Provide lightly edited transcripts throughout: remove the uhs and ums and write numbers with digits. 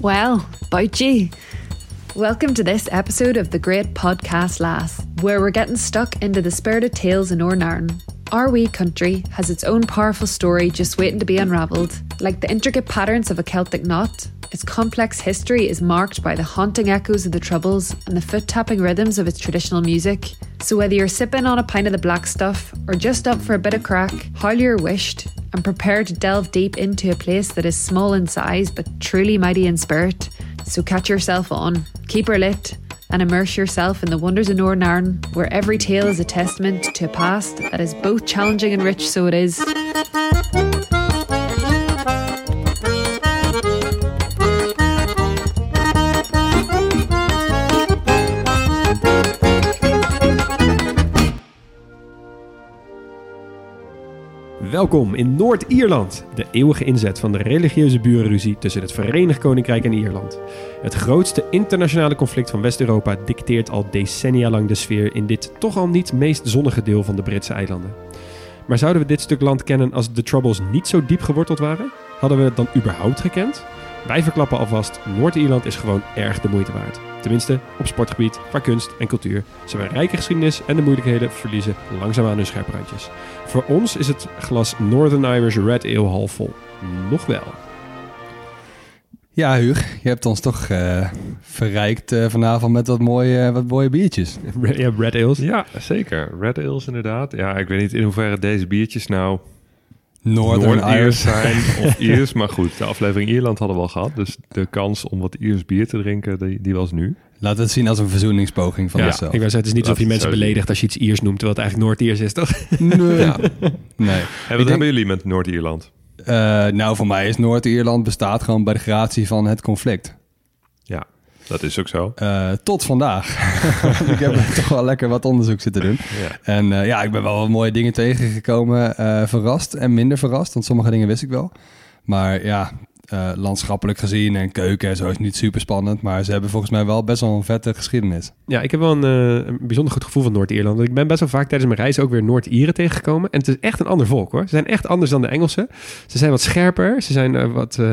Well, Bouchie. Welcome to this episode of the Great Podcast Lass, where we're getting stuck into the spirited tales in Northern. Our wee country has its own powerful story just waiting to be unravelled. Like the intricate patterns of a Celtic knot, its complex history is marked by the haunting echoes of the Troubles and the foot-tapping rhythms of its traditional music. So whether you're sipping on a pint of the black stuff or just up for a bit of crack, howl your wished and prepare to delve deep into a place that is small in size but truly mighty in spirit. So catch yourself on, keep her lit, and immerse yourself in the wonders of Northern Ireland, where every tale is a testament to a past that is both challenging and rich, so it is. Welkom in Noord-Ierland, de eeuwige inzet van de religieuze burenruzie tussen het Verenigd Koninkrijk en Ierland. Het grootste internationale conflict van West-Europa dicteert al decennia lang de sfeer in dit toch al niet meest zonnige deel van de Britse eilanden. Maar zouden we dit stuk land kennen als de Troubles niet zo diep geworteld waren? Hadden we het dan überhaupt gekend? Wij verklappen alvast, Noord-Ierland is gewoon erg de moeite waard. Tenminste, op sportgebied, qua kunst en cultuur zijn we rijke geschiedenis en de moeilijkheden verliezen langzaamaan hun scherpe randjes. Voor ons is het glas Northern Irish Red Ale half vol. Nog wel. Ja, Huug, je hebt ons toch verrijkt vanavond met wat mooie biertjes. Ja, Red Ales. Ja, zeker. Red Ales inderdaad. Ja, ik weet niet in hoeverre deze biertjes nou Northern Noord-Iers zijn of Iers. Maar goed, de aflevering Ierland hadden we al gehad. Dus de kans om wat Iers bier te drinken, die was nu. Laten we het zien als een verzoeningspoging van onszelf. Ik wou zeggen, het is niet alsof je mensen beledigt als je iets Iers noemt, terwijl het eigenlijk Noord-Iers is, toch? Nee. Ja. Nee. En wat hebben jullie met Noord-Ierland? Nou, voor mij is Noord-Ierland bestaat gewoon bij de gratie van het conflict. Ja, dat is ook zo. Tot vandaag. Ik heb toch wel lekker wat onderzoek zitten doen. Ja. En ik ben wel wat mooie dingen tegengekomen. Verrast en minder verrast, want sommige dingen wist ik wel. Maar ja, landschappelijk gezien en keuken en zo is niet super spannend. Maar ze hebben volgens mij wel best wel een vette geschiedenis. Ja, ik heb wel een bijzonder goed gevoel van Noord-Ierland. Ik ben best wel vaak tijdens mijn reis ook weer Noord-Ieren tegengekomen. En het is echt een ander volk, hoor. Ze zijn echt anders dan de Engelsen. Ze zijn wat scherper. Ze zijn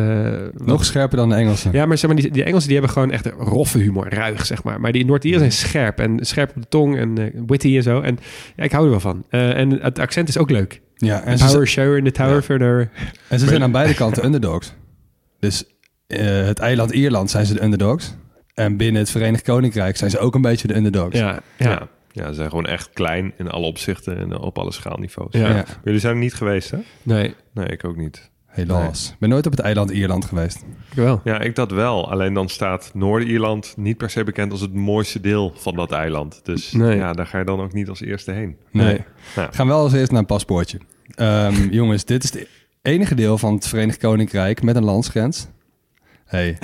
nog scherper dan de Engelsen. Ja, maar zeg maar, die Engelsen die hebben gewoon echt roffe humor, ruig, zeg maar. Maar die Noord-Ieren zijn scherp en scherp op de tong en witty en zo. En ja, ik hou er wel van. En het accent is ook leuk. Ja, en power shower in the tower further. En ze zijn aan beide kanten underdogs. Dus het eiland Ierland zijn ze de underdogs. En binnen het Verenigd Koninkrijk zijn ze ook een beetje de underdogs. Ja, ze zijn gewoon echt klein in alle opzichten en op alle schaalniveaus. Ja. Maar jullie zijn er niet geweest, hè? Nee, ik ook niet. Helaas. Ik ben nooit op het eiland Ierland geweest. Ik wel. Ja, ik dat wel. Alleen dan staat Noord-Ierland niet per se bekend als het mooiste deel van dat eiland. Dus ja, daar ga je dan ook niet als eerste heen. Nee. Nou. Gaan we wel als eerst naar een paspoortje. Jongens, dit is het enige deel van het Verenigd Koninkrijk met een landsgrens. Hey.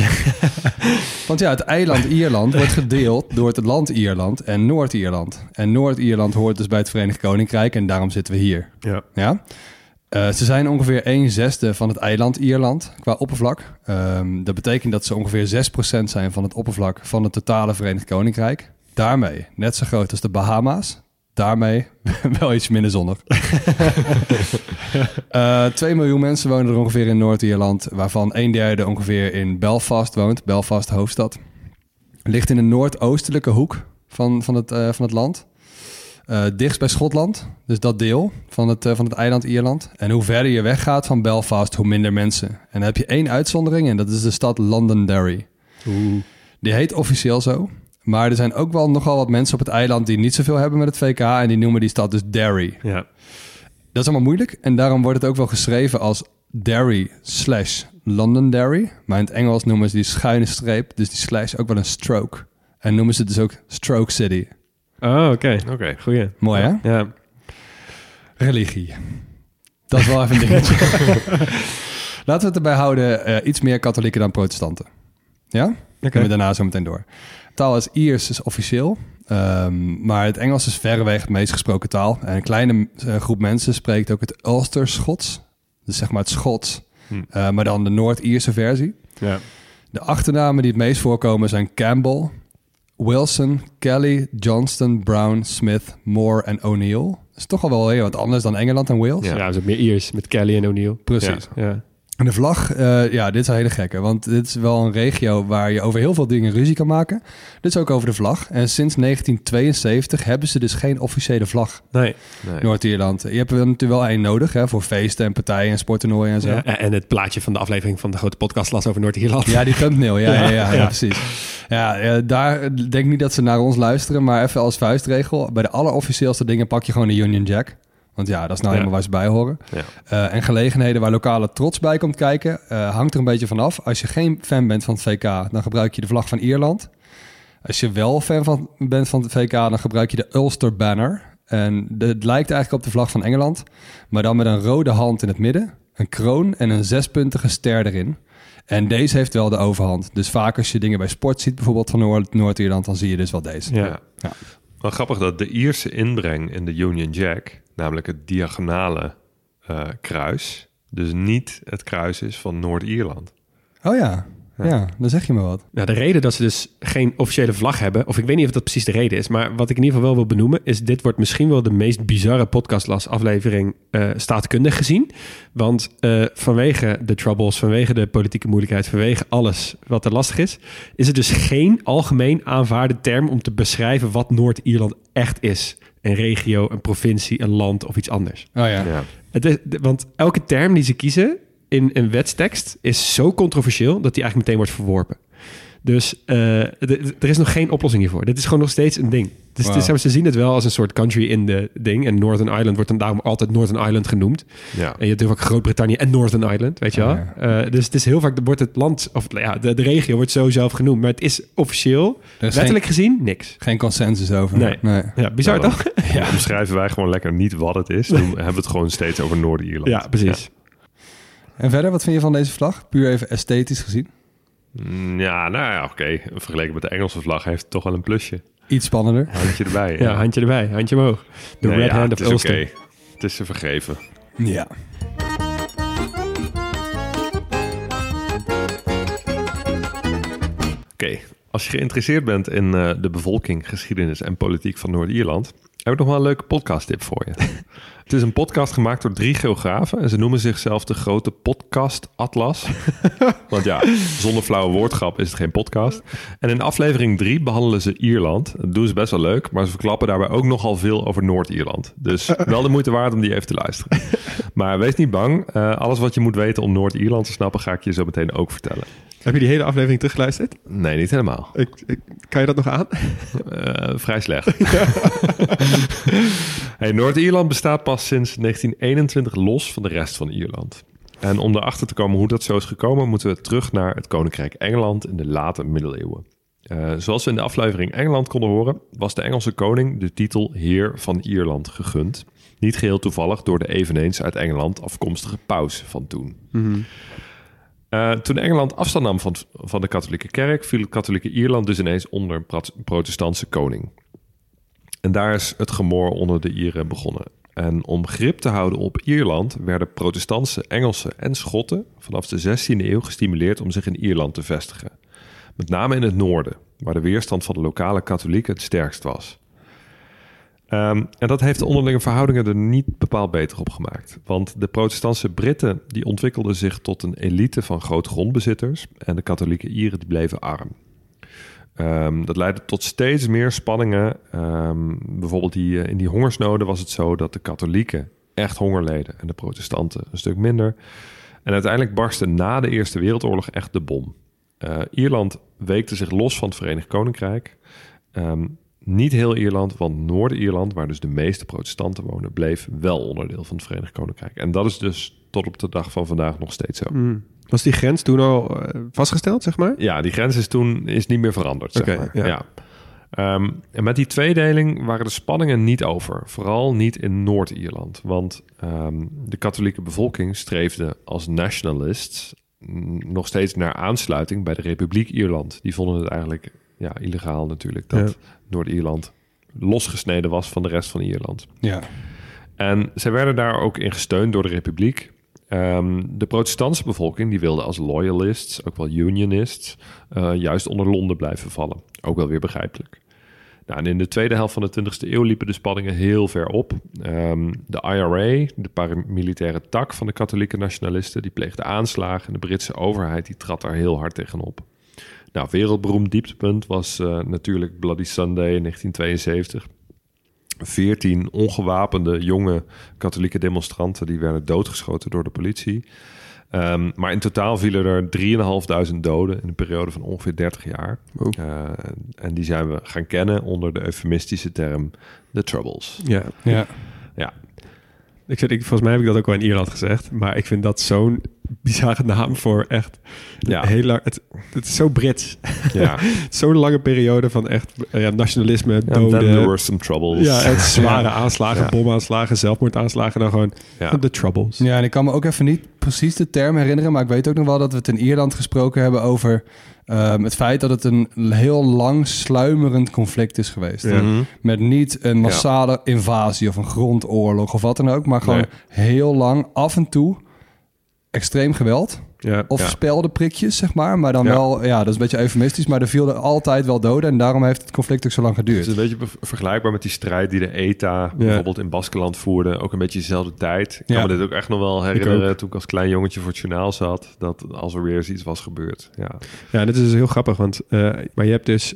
Want ja, het eiland Ierland wordt gedeeld door het land Ierland en Noord-Ierland. En Noord-Ierland hoort dus bij het Verenigd Koninkrijk en daarom zitten we hier. Ja? Ze zijn ongeveer 1/6 van het eiland Ierland qua oppervlak. Dat betekent dat ze ongeveer 6% zijn van het oppervlak van het totale Verenigd Koninkrijk. Daarmee net zo groot als de Bahama's. Daarmee wel iets minder zonnig. 2 miljoen mensen wonen er ongeveer in Noord-Ierland, waarvan 1/3 ongeveer in Belfast woont. Belfast, hoofdstad. Ligt in de noordoostelijke hoek van het land. Dichtst bij Schotland, dus dat deel van het eiland Ierland. En hoe verder je weggaat van Belfast, hoe minder mensen. En dan heb je 1 uitzondering en dat is de stad Londonderry. Die heet officieel zo. Maar er zijn ook wel nogal wat mensen op het eiland die niet zoveel hebben met het VK en die noemen die stad dus Derry. Ja. Dat is allemaal moeilijk en daarom wordt het ook wel geschreven als Derry/Londonderry. Maar in het Engels noemen ze die schuine streep, dus die slash ook wel een stroke. En noemen ze het dus ook Stroke City. Oh, oké. Goeie. Mooi, hè? Ja. Religie. Dat is wel even een dingetje. Laten we het erbij houden, iets meer katholieken dan protestanten. Ja? Kunnen we daarna zo meteen door. Taal is Iers is officieel, maar het Engels is verreweg het meest gesproken taal. En een kleine groep mensen spreekt ook het Ulster-Schots, dus zeg maar het Schots, maar dan de Noord-Ierse versie. Ja. De achternamen die het meest voorkomen zijn Campbell, Wilson, Kelly, Johnston, Brown, Smith, Moore en O'Neill. Dat is toch al wel heel wat anders dan Engeland en Wales. Ja, dat is ook meer Iers met Kelly en O'Neill. Precies. Ja. En de vlag, dit is een hele gekke. Want dit is wel een regio waar je over heel veel dingen ruzie kan maken. Dit is ook over de vlag. En sinds 1972 hebben ze dus geen officiële vlag. Nee. Noord-Ierland. Je hebt er natuurlijk wel één nodig, hè, voor feesten en partijen en sporttoernooien en zo. Ja, en het plaatje van de aflevering van de grote podcast las over Noord-Ierland. Ja, die thumbnail. Ja, precies. Ja, daar denk ik niet dat ze naar ons luisteren. Maar even als vuistregel. Bij de allerofficieelste dingen pak je gewoon de Union Jack. Want ja, dat is nou helemaal waar ze bij horen. Ja. En gelegenheden waar lokale trots bij komt kijken, hangt er een beetje vanaf. Als je geen fan bent van het VK, dan gebruik je de vlag van Ierland. Als je wel fan bent van het VK, dan gebruik je de Ulster Banner. En het lijkt eigenlijk op de vlag van Engeland, maar dan met een rode hand in het midden, een kroon en een 6-puntige ster erin. En deze heeft wel de overhand. Dus vaak als je dingen bij sport ziet, bijvoorbeeld van Noord-Ierland, dan zie je dus wel deze. Ja. Wel grappig dat de Ierse inbreng in de Union Jack, namelijk het diagonale kruis, dus niet het kruis is van Noord-Ierland. Oh ja, dan zeg je me wat. Nou, de reden dat ze dus geen officiële vlag hebben, of ik weet niet of dat precies de reden is, maar wat ik in ieder geval wel wil benoemen, is dit wordt misschien wel de meest bizarre podcastaflevering staatkundig gezien. Want vanwege de troubles, vanwege de politieke moeilijkheid, vanwege alles wat er lastig is het dus geen algemeen aanvaarde term om te beschrijven wat Noord-Ierland echt is. Een regio, een provincie, een land of iets anders. Oh ja. Want elke term die ze kiezen in een wetstekst is zo controversieel dat die eigenlijk meteen wordt verworpen. Dus er is nog geen oplossing hiervoor. Dit is gewoon nog steeds een ding. Dus ze zien het wel als een soort country in de ding. En Northern Ireland wordt dan daarom altijd Northern Ireland genoemd. Ja. En je hebt natuurlijk ook Groot-Brittannië en Northern Ireland, weet je wel. Ja. Dus het is heel vaak, wordt het land, of de regio wordt zo zelf genoemd. Maar het is officieel, wettelijk gezien, niks. Geen consensus over. Nee. Ja, bizar toch? Dan beschrijven wij gewoon lekker niet wat het is. Dan hebben we het gewoon steeds over Noord-Ierland. Ja, precies. Ja. En verder, wat vind je van deze vlag? Puur even esthetisch gezien. Oké. Vergeleken met de Engelse vlag heeft het toch wel een plusje. Iets spannender. Handje erbij. Ja, handje erbij. Handje omhoog. De red hand of Ulster. Okay. Het is te vergeven. Ja. Oké. Als je geïnteresseerd bent in de bevolking, geschiedenis en politiek van Noord-Ierland, heb ik nog wel een leuke podcasttip voor je. Het is een podcast gemaakt door 3 geografen en ze noemen zichzelf de Grote Podcast Atlas. Want ja, zonder flauwe woordgrap is het geen podcast. En in aflevering 3 behandelen ze Ierland. Dat doen ze best wel leuk, maar ze verklappen daarbij ook nogal veel over Noord-Ierland. Dus wel de moeite waard om die even te luisteren. Maar wees niet bang. Alles wat je moet weten om Noord-Ierland te snappen, ga ik je zo meteen ook vertellen. Heb je die hele aflevering teruggeluisterd? Nee, niet helemaal. Kan je dat nog aan? Vrij slecht. Noord-Ierland bestaat pas sinds 1921 los van de rest van Ierland. En om erachter te komen hoe dat zo is gekomen, moeten we terug naar het Koninkrijk Engeland in de late middeleeuwen. Zoals we in de aflevering Engeland konden horen, was de Engelse koning de titel Heer van Ierland gegund. Niet geheel toevallig door de eveneens uit Engeland afkomstige paus van toen. Mm-hmm. Toen Engeland afstand nam van de katholieke kerk, viel het katholieke Ierland dus ineens onder een protestantse koning. En daar is het gemor onder de Ieren begonnen. En om grip te houden op Ierland werden protestantse Engelsen en Schotten vanaf de 16e eeuw gestimuleerd om zich in Ierland te vestigen. Met name in het noorden, waar de weerstand van de lokale katholieken het sterkst was. En dat heeft de onderlinge verhoudingen er niet bepaald beter op gemaakt. Want de protestantse Britten die ontwikkelden zich tot een elite van grootgrondbezitters en de katholieke Ieren die bleven arm. Dat leidde tot steeds meer spanningen. Bijvoorbeeld in die hongersnoden was het zo dat de katholieken echt honger leden en de protestanten een stuk minder. En uiteindelijk barstte na de Eerste Wereldoorlog echt de bom. Ierland weekte zich los van het Verenigd Koninkrijk. Niet heel Ierland, want Noord-Ierland, waar dus de meeste protestanten wonen, bleef wel onderdeel van het Verenigd Koninkrijk. En dat is dus tot op de dag van vandaag nog steeds zo. Was die grens toen al vastgesteld, zeg maar? Ja, die grens is niet meer veranderd, zeg maar. Ja. En met die tweedeling waren de spanningen niet over. Vooral niet in Noord-Ierland. Want de katholieke bevolking streefde als nationalists nog steeds naar aansluiting bij de Republiek Ierland. Die vonden het eigenlijk illegaal natuurlijk dat Noord-Ierland losgesneden was van de rest van Ierland. Ja. En zij werden daar ook in gesteund door de Republiek. De protestantse bevolking die wilde als loyalists, ook wel unionists, juist onder Londen blijven vallen. Ook wel weer begrijpelijk. Nou, en in de tweede helft van de 20e eeuw liepen de spanningen heel ver op. De IRA, de paramilitaire tak van de katholieke nationalisten, die pleegde aanslagen en de Britse overheid die trad daar heel hard tegenop. Nou, wereldberoemd dieptepunt was natuurlijk Bloody Sunday in 1972. 14 ongewapende jonge katholieke demonstranten die werden doodgeschoten door de politie. Maar in totaal vielen er 3.500 doden in een periode van ongeveer 30 jaar. En die zijn we gaan kennen onder de eufemistische term The Troubles. Ja. Ja. Volgens mij heb ik dat ook al in Ierland gezegd. Maar ik vind dat zo'n bizarre naam voor echt heel lang. Het is zo Brits. Ja. Zo'n lange periode van echt nationalisme, doden. Then there were some troubles. Ja, het zware aanslagen, bomaanslagen, zelfmoordaanslagen. Dan gewoon The Troubles. Ja, en ik kan me ook even niet precies de term herinneren. Maar ik weet ook nog wel dat we het in Ierland gesproken hebben over het feit dat het een heel lang sluimerend conflict is geweest. Met niet een massale invasie of een grondoorlog of wat dan ook. Maar gewoon heel lang af en toe extreem geweld. Of speldenprikjes, zeg maar. Maar dan wel, dat is een beetje eufemistisch. Maar er viel er altijd wel doden. En daarom heeft het conflict ook zo lang geduurd. Het is een beetje vergelijkbaar met die strijd die de ETA bijvoorbeeld in Baskeland voerde. Ook een beetje dezelfde tijd. Ik kan me dit ook echt nog wel herinneren toen ik als klein jongetje voor het journaal zat. Dat als er weer eens iets was gebeurd. Ja, dit is dus heel grappig. Want maar je hebt dus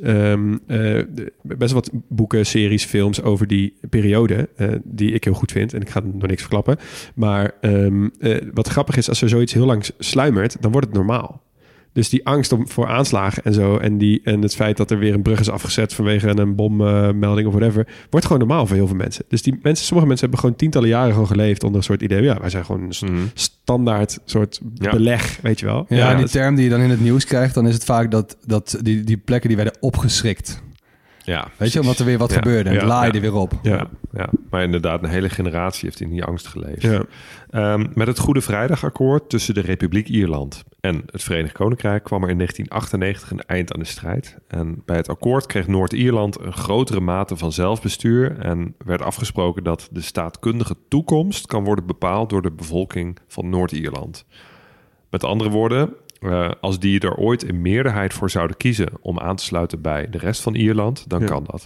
best wat boeken, series, films over die periode. Die ik heel goed vind. En ik ga nog niks verklappen. Maar wat grappig is, als er zoiets heel lang sluimert, dan wordt het normaal. Dus die angst voor aanslagen en zo... en het feit dat er weer een brug is afgezet vanwege een bommelding of whatever... wordt gewoon normaal voor heel veel mensen. Dus sommige mensen hebben gewoon tientallen jaren gewoon geleefd onder een soort idee... wij zijn gewoon een standaard soort beleg, weet je wel. Ja, die term die je dan in het nieuws krijgt... dan is het vaak dat die plekken die werden opgeschrikt. Ja, weet je, omdat er weer wat gebeurde en het laaide weer op. Ja, maar inderdaad, een hele generatie heeft in die angst geleefd. Met het Goede Vrijdagakkoord tussen de Republiek Ierland en het Verenigd Koninkrijk kwam er in 1998 een eind aan de strijd. En bij het akkoord kreeg Noord-Ierland een grotere mate van zelfbestuur en werd afgesproken dat de staatkundige toekomst kan worden bepaald door de bevolking van Noord-Ierland. Met andere woorden, als die er ooit een meerderheid voor zouden kiezen om aan te sluiten bij de rest van Ierland, dan kan dat.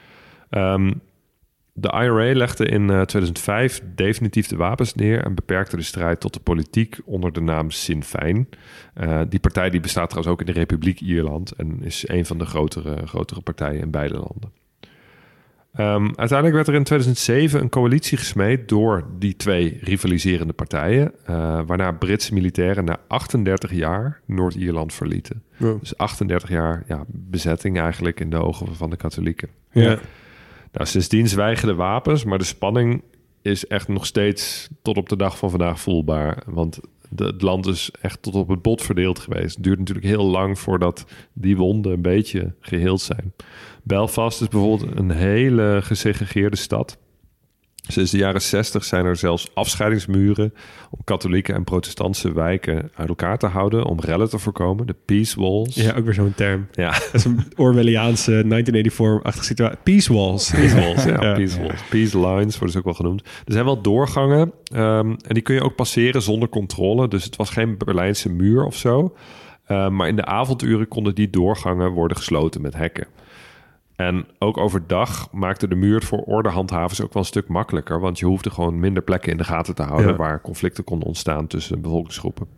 De IRA legde in 2005 definitief de wapens neer en beperkte de strijd tot de politiek onder de naam Sinn Féin. Die partij die bestaat trouwens ook in de Republiek Ierland en is een van de grotere partijen in beide landen. Uiteindelijk werd er in 2007 een coalitie gesmeed door die twee rivaliserende partijen, waarna Britse militairen na 38 jaar Noord-Ierland verlieten. Wow. Dus 38 jaar bezetting eigenlijk in de ogen van de katholieken. Ja. Nou, sindsdien zwijgen de wapens, maar de spanning is echt nog steeds tot op de dag van vandaag voelbaar. Want het land is echt tot op het bot verdeeld geweest. Het duurt natuurlijk heel lang voordat die wonden een beetje geheeld zijn. Belfast is bijvoorbeeld een hele gesegregeerde stad. Sinds de jaren 60 zijn er zelfs afscheidingsmuren om katholieke en protestantse wijken uit elkaar te houden, om rellen te voorkomen. De Peace Walls. Ja, ook weer zo'n term. Ja. Dat is een Orwelliaanse 1984-achtige situatie. Peace Walls. Peace Walls, Peace Walls. Peace Lines worden ze ook wel genoemd. Er zijn wel doorgangen en die kun je ook passeren zonder controle. Dus het was geen Berlijnse muur of zo. Maar in de avonduren konden die doorgangen worden gesloten met hekken. En ook overdag maakte de muur het voor ordehandhavers ook wel een stuk makkelijker. Want je hoefde gewoon minder plekken in de gaten te houden waar conflicten konden ontstaan tussen bevolkingsgroepen.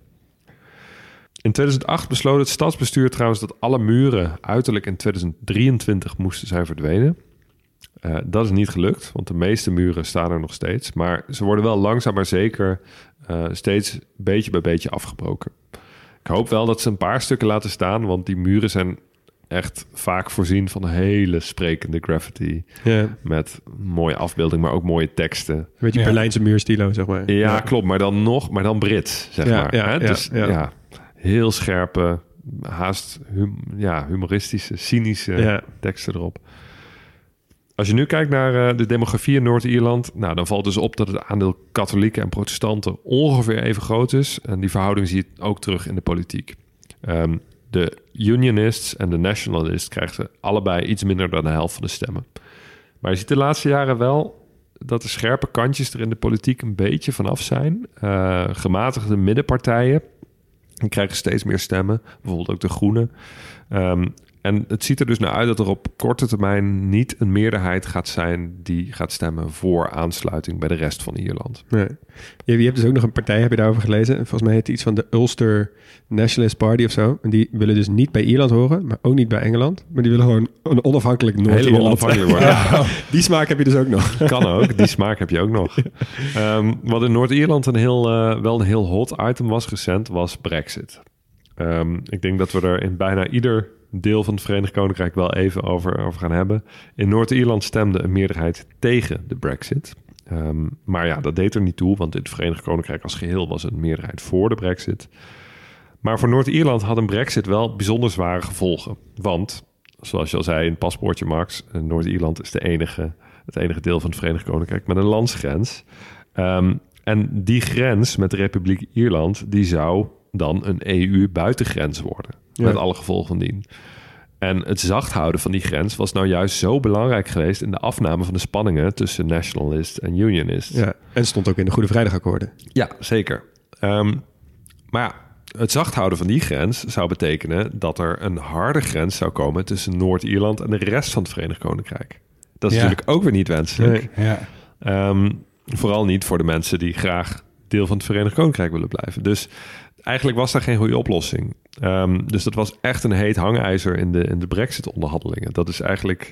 In 2008 besloot het stadsbestuur trouwens dat alle muren uiterlijk in 2023 moesten zijn verdwenen. Dat is niet gelukt, want de meeste muren staan er nog steeds. Maar ze worden wel langzaam maar zeker steeds beetje bij beetje afgebroken. Ik hoop wel dat ze een paar stukken laten staan, want die muren zijn echt vaak voorzien van hele sprekende graffiti. Ja. Met mooie afbeelding, maar ook mooie teksten. Een beetje Berlijnse muurstilo, zeg maar. Ja, klopt. Maar dan Brits, zeg maar. Ja, dus heel scherpe, haast humoristische, cynische teksten erop. Als je nu kijkt naar de demografie in Noord-Ierland, nou, dan valt dus op dat het aandeel katholieken en protestanten ongeveer even groot is. En die verhouding zie je ook terug in de politiek. De Unionists en de Nationalists krijgen allebei iets minder dan de helft van de stemmen. Maar je ziet de laatste jaren wel dat de scherpe kantjes er in de politiek een beetje vanaf zijn. Gematigde middenpartijen krijgen steeds meer stemmen. Bijvoorbeeld ook de Groenen. En het ziet er dus naar uit dat er op korte termijn niet een meerderheid gaat zijn die gaat stemmen voor aansluiting bij de rest van Ierland. Nee. Je hebt dus ook nog een partij, heb je daarover gelezen? Volgens mij heet het iets van de Ulster Nationalist Party of zo. En die willen dus niet bij Ierland horen, maar ook niet bij Engeland. Maar die willen gewoon een onafhankelijk Noord-Ierland. Helemaal onafhankelijk worden. Ja. Die smaak heb je dus ook nog. Kan ook, die smaak heb je ook nog. Wat in Noord-Ierland wel een heel hot item was recent, was Brexit. Ik denk dat we er in bijna ieder deel van het Verenigd Koninkrijk wel even over gaan hebben. In Noord-Ierland stemde een meerderheid tegen de Brexit. Maar ja, dat deed er niet toe, want in het Verenigd Koninkrijk als geheel was een meerderheid voor de Brexit. Maar voor Noord-Ierland had een Brexit wel bijzonder zware gevolgen. Want, zoals je al zei in het paspoortje, Max, Noord-Ierland is het enige deel van het Verenigd Koninkrijk met een landsgrens. En die grens met de Republiek Ierland, die zou dan een EU-buitengrens worden. Ja. Met alle gevolgen van dien. En het zacht houden van die grens was nou juist zo belangrijk geweest in de afname van de spanningen tussen nationalist en unionist. Ja, en stond ook in de Goede Vrijdagakkoorden. Ja, zeker. Maar ja, het zacht houden van die grens zou betekenen dat er een harde grens zou komen tussen Noord-Ierland en de rest van het Verenigd Koninkrijk. Dat is natuurlijk ook weer niet wenselijk. Nee. Ja. Vooral niet voor de mensen die graag deel van het Verenigd Koninkrijk willen blijven. Dus eigenlijk was daar geen goede oplossing. Dus dat was echt een heet hangijzer in de Brexit-onderhandelingen. Dat is eigenlijk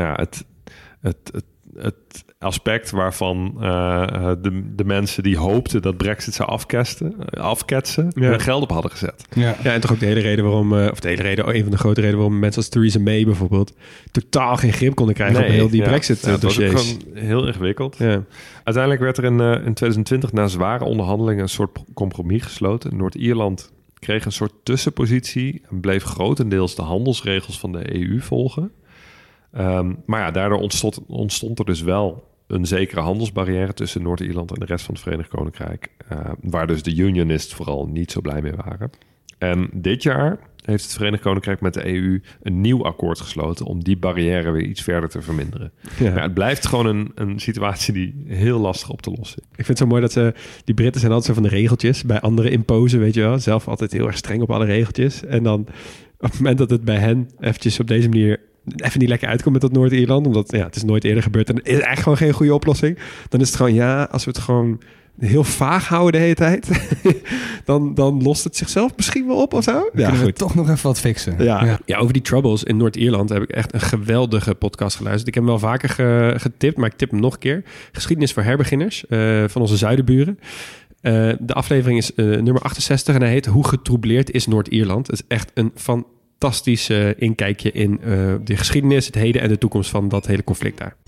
het aspect waarvan de mensen die hoopten dat Brexit zou afketsen, hun geld op hadden gezet. Ja, en toch ook de hele reden waarom, een van de grote redenen waarom mensen als Theresa May bijvoorbeeld totaal geen grip konden krijgen op heel die Brexit-dossiers. Dat was ook gewoon heel ingewikkeld. Ja. Uiteindelijk werd er in 2020 na zware onderhandelingen een soort compromis gesloten. Noord-Ierland kreeg een soort tussenpositie en bleef grotendeels de handelsregels van de EU volgen. Maar ja, daardoor ontstond er dus wel een zekere handelsbarrière tussen Noord-Ierland en de rest van het Verenigd Koninkrijk. Waar dus de unionisten vooral niet zo blij mee waren. En dit jaar heeft het Verenigd Koninkrijk met de EU een nieuw akkoord gesloten om die barrière weer iets verder te verminderen. Ja. Maar het blijft gewoon een situatie die heel lastig op te lossen is. Ik vind het zo mooi dat die Britten zijn altijd zo van de regeltjes bij anderen imposen, weet je wel. Zelf altijd heel erg streng op alle regeltjes. En dan op het moment dat het bij hen eventjes op deze manier even niet lekker uitkomt met dat Noord-Ierland, omdat het is nooit eerder gebeurd en er is eigenlijk gewoon geen goede oplossing, dan is het gewoon als we het gewoon heel vaag houden de hele tijd, dan lost het zichzelf misschien wel op of zo. Ja, goed. Toch nog even wat fixen. Ja, over die troubles in Noord-Ierland heb ik echt een geweldige podcast geluisterd. Ik heb hem wel vaker getipt, maar ik tip hem nog een keer. Geschiedenis voor herbeginners van onze zuidenburen. De aflevering is nummer 68 en hij heet Hoe getroubleerd is Noord-Ierland? Het is echt een fantastisch inkijkje in de geschiedenis, het heden en de toekomst van dat hele conflict daar.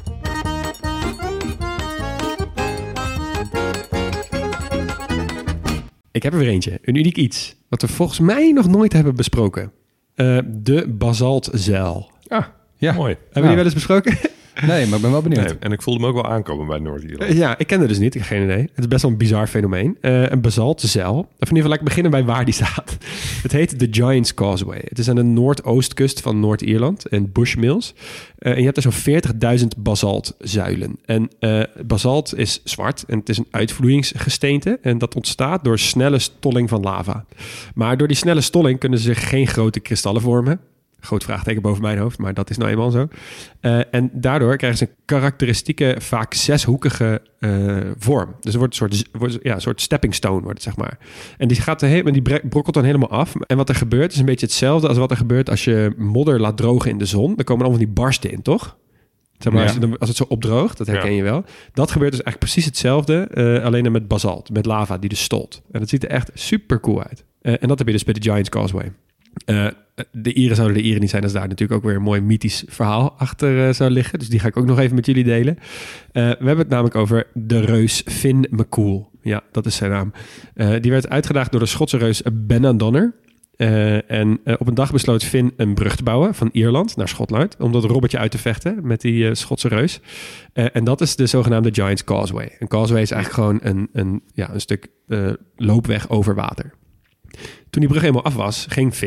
Ik heb er weer eentje. Een uniek iets. Wat we volgens mij nog nooit hebben besproken. De basaltzuil. Ah, ja. Mooi. Hebben die wel eens besproken? Nee, maar ik ben wel benieuwd. Nee, en ik voelde me ook wel aankomen bij Noord-Ierland. Ja, ik ken het dus niet. Ik heb geen idee. Het is best wel een bizar fenomeen. Een basaltzuil. Of in ieder geval, laat ik beginnen bij waar die staat. Het heet de Giant's Causeway. Het is aan de noordoostkust van Noord-Ierland en Bushmills. En je hebt er zo'n 40.000 basaltzuilen. En basalt is zwart en het is een uitvloeiingsgesteente. En dat ontstaat door snelle stolling van lava. Maar door die snelle stolling kunnen zich geen grote kristallen vormen. Groot vraagteken boven mijn hoofd, maar dat is nou eenmaal zo. En daardoor krijgen ze een karakteristieke, vaak zeshoekige vorm. Dus het wordt een soort stepping stone, wordt het, zeg maar. En die brokkelt dan helemaal af. En wat er gebeurt is een beetje hetzelfde als wat er gebeurt als je modder laat drogen in de zon. Dan komen allemaal die barsten in, toch? Zeg maar, als het zo opdroogt, dat herken je wel. Dat gebeurt dus eigenlijk precies hetzelfde, alleen dan met basalt, met lava die dus stolt. En dat ziet er echt super cool uit. En dat heb je dus bij de Giant's Causeway. De Ieren zouden de Ieren niet zijn als daar natuurlijk ook weer een mooi mythisch verhaal achter zou liggen. Dus die ga ik ook nog even met jullie delen. We hebben het namelijk over de reus Finn McCool. Ja, dat is zijn naam. Die werd uitgedaagd door de Schotse reus Ben Donner. En op een dag besloot Finn een brug te bouwen van Ierland naar Schotland om dat robbertje uit te vechten met die Schotse reus. En dat is de zogenaamde Giant's Causeway. Een causeway is eigenlijk gewoon een stuk loopweg over water. Toen die brug eenmaal af was, ging Finn,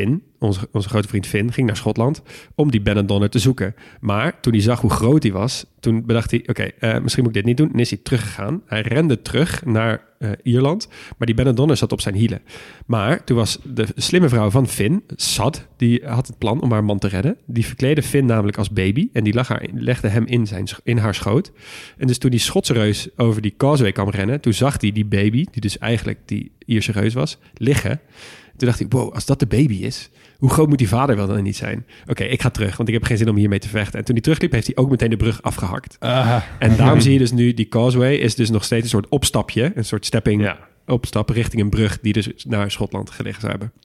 onze grote vriend Finn, ging naar Schotland om die Benidorm te zoeken. Maar toen hij zag hoe groot hij was, toen bedacht hij, oké, misschien moet ik dit niet doen. En is hij teruggegaan. Hij rende terug naar Ierland, maar die Benidorm zat op zijn hielen. Maar toen was de slimme vrouw van Finn, Sad, die had het plan om haar man te redden. Die verkleedde Finn namelijk als baby en die legde hem in haar schoot. En dus toen die Schotse reus over die causeway kwam rennen, toen zag hij die baby, die dus eigenlijk die Ierse reus was, liggen. Toen dacht ik, wow, als dat de baby is, hoe groot moet die vader wel dan niet zijn? Oké, ik ga terug, want ik heb geen zin om hiermee te vechten. En toen hij terugliep, heeft hij ook meteen de brug afgehakt. En daarom zie je dus nu, die causeway is dus nog steeds een soort opstapje, een soort opstap richting een brug die dus naar Schotland gelegen zou hebben.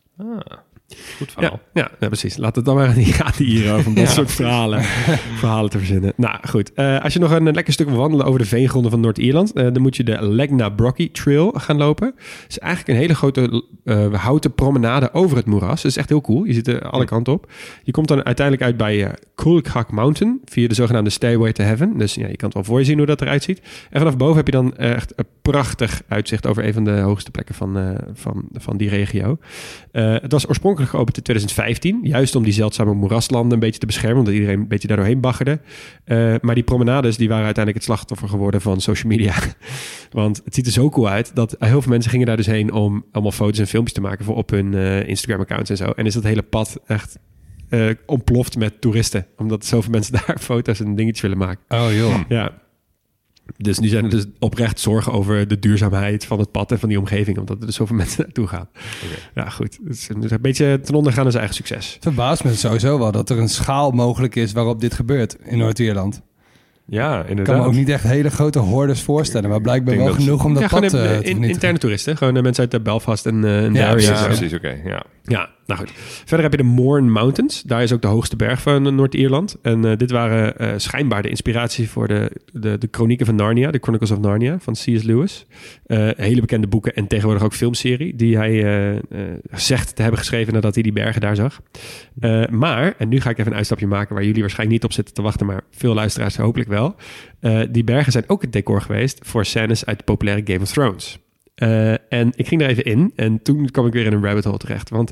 Goed verhaal. Ja, precies. Laat het dan maar aan die hier over om dat soort verhalen te verzinnen. Nou, goed. Als je nog een lekker stuk wil wandelen over de veengronden van Noord-Ierland, dan moet je de Legna Brockie Trail gaan lopen. Het is eigenlijk een hele grote houten promenade over het moeras. Dat is echt heel cool. Je zit er alle kanten op. Je komt dan uiteindelijk uit bij Coolgach Mountain via de zogenaamde Stairway to Heaven. Dus ja, je kan het wel voor je zien hoe dat eruit ziet. En vanaf boven heb je dan echt een prachtig uitzicht over een van de hoogste plekken van die regio. Het was oorspronkelijk geopend in 2015, juist om die zeldzame moeraslanden een beetje te beschermen, omdat iedereen een beetje daardoorheen baggerde. Maar die promenades die waren uiteindelijk het slachtoffer geworden van social media. Want het ziet er zo cool uit dat heel veel mensen gingen daar dus heen om allemaal foto's en filmpjes te maken voor op hun Instagram-accounts en zo. En is dat hele pad echt ontploft met toeristen, omdat zoveel mensen daar foto's en dingetjes willen maken. Oh joh. Ja. Dus nu zijn er dus oprecht zorgen over de duurzaamheid van het pad en van die omgeving, omdat er dus zoveel mensen naartoe gaan. Okay. Ja, goed. Het is een beetje ten onder gaan aan zijn eigen succes. Het verbaast me sowieso wel dat er een schaal mogelijk is waarop dit gebeurt in Noord-Ierland. Ja, inderdaad. Ik kan me ook niet echt hele grote hordes voorstellen, maar blijkbaar wel genoeg om dat pad te vernietigen. Interne toeristen, gewoon mensen uit Belfast en Derry. Ja, precies, oké. Ja, nou goed. Verder heb je de Mourne Mountains. Daar is ook de hoogste berg van Noord-Ierland. En dit waren schijnbaar de inspiratie voor de Chronieken van Narnia, de Chronicles of Narnia van C.S. Lewis. Hele bekende boeken en tegenwoordig ook filmserie die hij zegt te hebben geschreven nadat hij die bergen daar zag. Maar, en nu ga ik even een uitstapje maken waar jullie waarschijnlijk niet op zitten te wachten, maar veel luisteraars hopelijk wel. Die bergen zijn ook het decor geweest voor scènes uit de populaire Game of Thrones. En ik ging er even in en toen kwam ik weer in een rabbit hole terecht. Want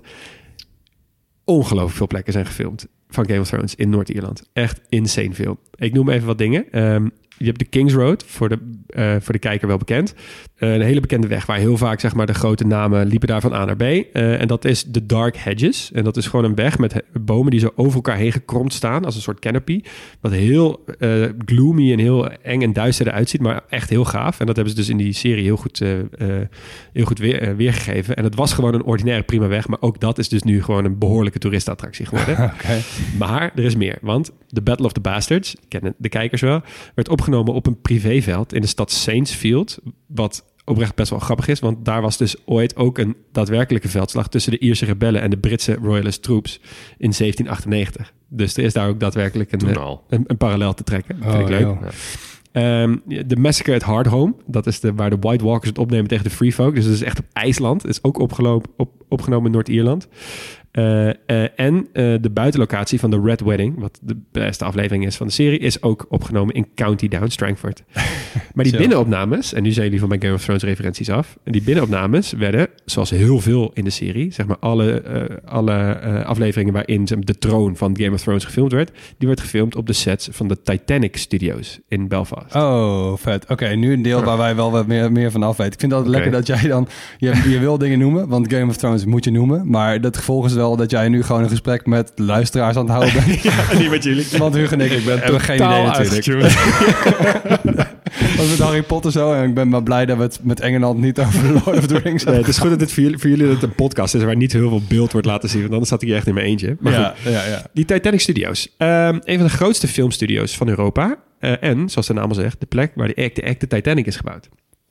ongelooflijk veel plekken zijn gefilmd van Game of Thrones in Noord-Ierland. Echt insane veel. Ik noem even wat dingen. Je hebt de Kings Road, voor de kijker wel bekend. Een hele bekende weg waar heel vaak zeg maar, de grote namen liepen daar van A naar B. En dat is de Dark Hedges. En dat is gewoon een weg met bomen die zo over elkaar heen gekromd staan als een soort canopy. Wat heel gloomy en heel eng en duister eruit ziet, maar echt heel gaaf. En dat hebben ze dus in die serie heel goed weergegeven. En het was gewoon een ordinaire prima weg, maar ook dat is dus nu gewoon een behoorlijke toeristenattractie geworden. Okay. Maar er is meer, want de Battle of the Bastards, kennen de kijkers wel, werd opgenomen op een privéveld in de stad Saintsfield, wat oprecht best wel grappig is, want daar was dus ooit ook een daadwerkelijke veldslag tussen de Ierse rebellen en de Britse Royalist troops in 1798. Dus er is daar ook daadwerkelijk een parallel te trekken. Vind ik leuk. De Massacre at Hardhome, dat is waar de White Walkers het opnemen tegen de Free Folk. Dus dat is echt op IJsland. Dat is ook opgenomen in Noord-Ierland. En de buitenlocatie van de Red Wedding, wat de beste aflevering is van de serie, is ook opgenomen in County Down, Strangford. Maar die binnenopnames, en nu zijn jullie van mijn Game of Thrones referenties af, en die binnenopnames werden, zoals heel veel in de serie, zeg maar alle afleveringen waarin de troon van Game of Thrones gefilmd werd, die werd gefilmd op de sets van de Titanic Studios in Belfast. Oh, vet. Oké, nu een deel waar wij wel wat meer van af weten. Ik vind het altijd lekker dat jij dan, je wil dingen noemen, want Game of Thrones moet je noemen, maar dat gevolg is wel dat jij nu gewoon een gesprek met luisteraars aan het houden bent. Ja, niet met jullie. Want Hugo en ik ben hebben geen idee natuurlijk. Want met Harry Potter zo, en ik ben maar blij dat we het met Engeland niet over Lord of the Rings hebben. Het is goed dat het voor jullie dat een podcast is waar niet heel veel beeld wordt laten zien, want anders zat ik hier echt in mijn eentje. Maar ja, goed, ja. Die Titanic Studios. Een van de grootste filmstudio's van Europa. En, zoals de naam al zegt, de plek waar de Titanic is gebouwd.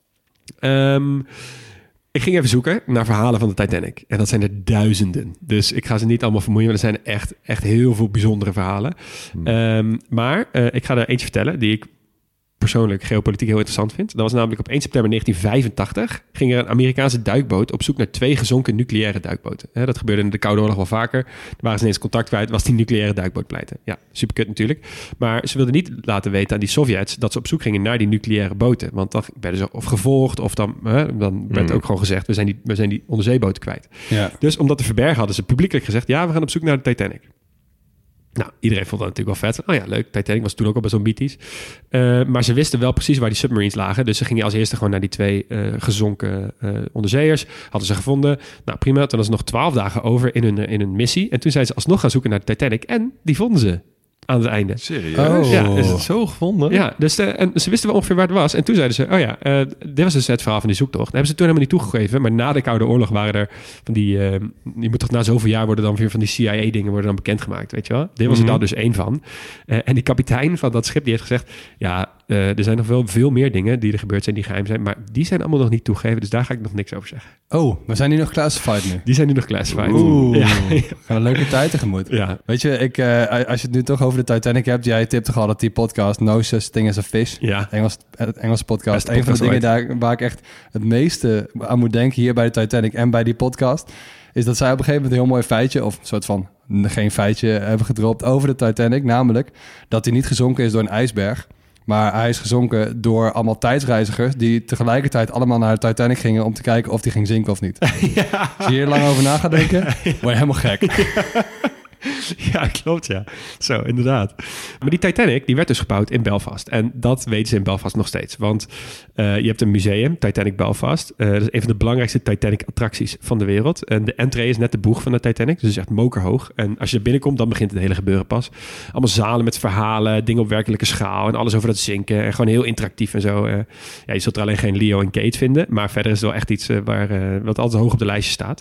Ik ging even zoeken naar verhalen van de Titanic. En dat zijn er duizenden. Dus ik ga ze niet allemaal vermoeien. Maar er zijn echt heel veel bijzondere verhalen. Maar ik ga er eentje vertellen die ik persoonlijk geopolitiek heel interessant vind. Dat was namelijk op 1 september 1985 ging er een Amerikaanse duikboot op zoek naar 2 gezonken nucleaire duikboten. Dat gebeurde in de Koude Oorlog wel vaker. Er waren ze ineens contact kwijt, was die nucleaire duikboot pleiten. Ja, superkut natuurlijk. Maar ze wilden niet laten weten aan die Sovjets dat ze op zoek gingen naar die nucleaire boten. Want dan werden ze of gevolgd of dan werd ook gewoon gezegd, we zijn die onderzeeboten kwijt. Ja. Dus om dat te verbergen hadden ze publiekelijk gezegd, ja, we gaan op zoek naar de Titanic. Nou, iedereen vond dat natuurlijk wel vet. Oh ja, leuk. Titanic was toen ook al best wel mythisch. Maar ze wisten wel precies waar die submarines lagen. Dus ze gingen als eerste gewoon naar die 2 gezonken onderzeeërs. Hadden ze gevonden. Nou, prima. Toen was er nog 12 dagen over in hun missie. En toen zijn ze alsnog gaan zoeken naar de Titanic. En die vonden ze aan het einde. Serieus? Oh. Ja, is het zo gevonden? Ja, dus en ze wisten wel ongeveer waar het was. En toen zeiden ze, dit was dus het verhaal van die zoektocht. Dat hebben ze toen helemaal niet toegegeven. Maar na de Koude Oorlog waren er van die... je moet toch na zoveel jaar worden dan weer van die CIA-dingen worden dan bekendgemaakt, weet je wel? Dit was er dan dus 1 van. En die kapitein van dat schip die heeft gezegd, ja, er zijn nog wel veel meer dingen die er gebeurd zijn die geheim zijn. Maar die zijn allemaal nog niet toegegeven. Dus daar ga ik nog niks over zeggen. Oh, maar zijn die nog classified nu? Die zijn nu nog classified. Oeh, ja. gaan een leuke tijd tegemoet. Ja. Weet je, als je het nu toch over de Titanic hebt, jij tipt toch altijd die podcast No Such Thing as a Fish. Ja. Engelse podcast. Beste Een van de dingen podcast daar waar ik echt het meeste aan moet denken hier bij de Titanic en bij die podcast, is dat zij op een gegeven moment een heel mooi feitje, of een soort van geen feitje hebben gedropt over de Titanic, namelijk dat hij niet gezonken is door een ijsberg, maar hij is gezonken door allemaal tijdsreizigers die tegelijkertijd allemaal naar de Titanic gingen om te kijken of die ging zinken of niet. Ja. Als je hier lang over na gaat denken, word je helemaal gek. Ja, klopt, ja. Zo, inderdaad. Maar die Titanic, die werd dus gebouwd in Belfast. En dat weten ze in Belfast nog steeds. Want je hebt een museum, Titanic Belfast. Dat is een van de belangrijkste Titanic-attracties van de wereld. En de entree is net de boeg van de Titanic. Dus het is echt mokerhoog. En als je er binnenkomt, dan begint het hele gebeuren pas. Allemaal zalen met verhalen, dingen op werkelijke schaal en alles over dat zinken. En gewoon heel interactief en zo. Ja, je zult er alleen geen Leo en Kate vinden. Maar verder is het wel echt iets wat altijd hoog op de lijstje staat.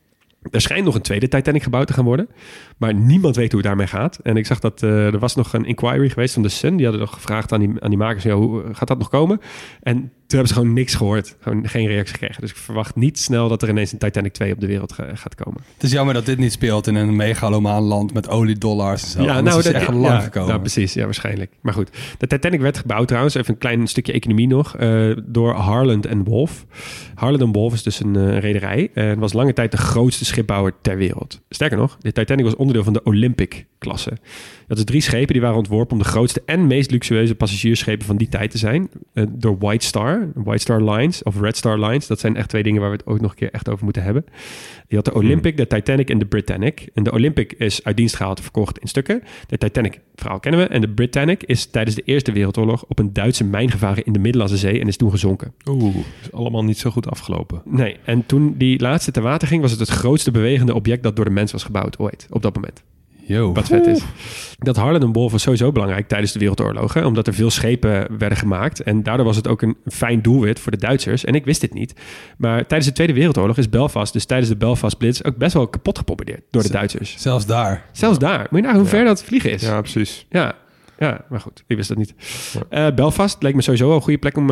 Er schijnt nog een tweede Titanic gebouwd te gaan worden. Maar niemand weet hoe het daarmee gaat. En ik zag dat er was nog een inquiry geweest van The Sun. Die hadden nog gevraagd aan die makers, hoe gaat dat nog komen? En toen hebben ze gewoon niks gehoord. Gewoon geen reactie gekregen. Dus ik verwacht niet snel dat er ineens een Titanic 2 op de wereld gaat komen. Het is jammer dat dit niet speelt in een megalomaan land met oliedollars en zo. Ja, nou, dat is echt lang gekomen. Nou, precies. Ja, waarscheinlijk. Maar goed. De Titanic werd gebouwd trouwens. Even een klein stukje economie nog. Door Harland & Wolff. Harland & Wolff is dus een rederij. En was lange tijd de grootste schipbouwer ter wereld. Sterker nog, de Titanic was onderdeel van de Olympic-klasse. Dat is 3 schepen die waren ontworpen om de grootste en meest luxueuze passagiersschepen van die tijd te zijn. Door White Star Lines of Red Star Lines. Dat zijn echt 2 dingen waar we het ook nog een keer echt over moeten hebben. Je had de Olympic, de Titanic en de Britannic. En de Olympic is uit dienst gehaald en verkocht in stukken. De Titanic, verhaal kennen we. En de Britannic is tijdens de Eerste Wereldoorlog op een Duitse mijn gevaren in de Middellandse Zee en is toen gezonken. Is allemaal niet zo goed afgelopen. Nee, en toen die laatste te water ging, was het grootste bewegende object dat door de mens was gebouwd ooit, op dat moment. Yo. Wat vet is. Dat Harland & Wolff was sowieso belangrijk tijdens de Wereldoorlogen, omdat er veel schepen werden gemaakt. En daardoor was het ook een fijn doelwit voor de Duitsers. En ik wist dit niet. Maar tijdens de Tweede Wereldoorlog is Belfast, dus tijdens de Belfast Blitz, ook best wel kapot gebombardeerd door de Duitsers. Zelfs daar. Zelfs daar. Moet je nou hoe ver dat vliegen is? Ja, precies. Ja, maar goed, ik wist dat niet. Belfast leek me sowieso wel een goede plek om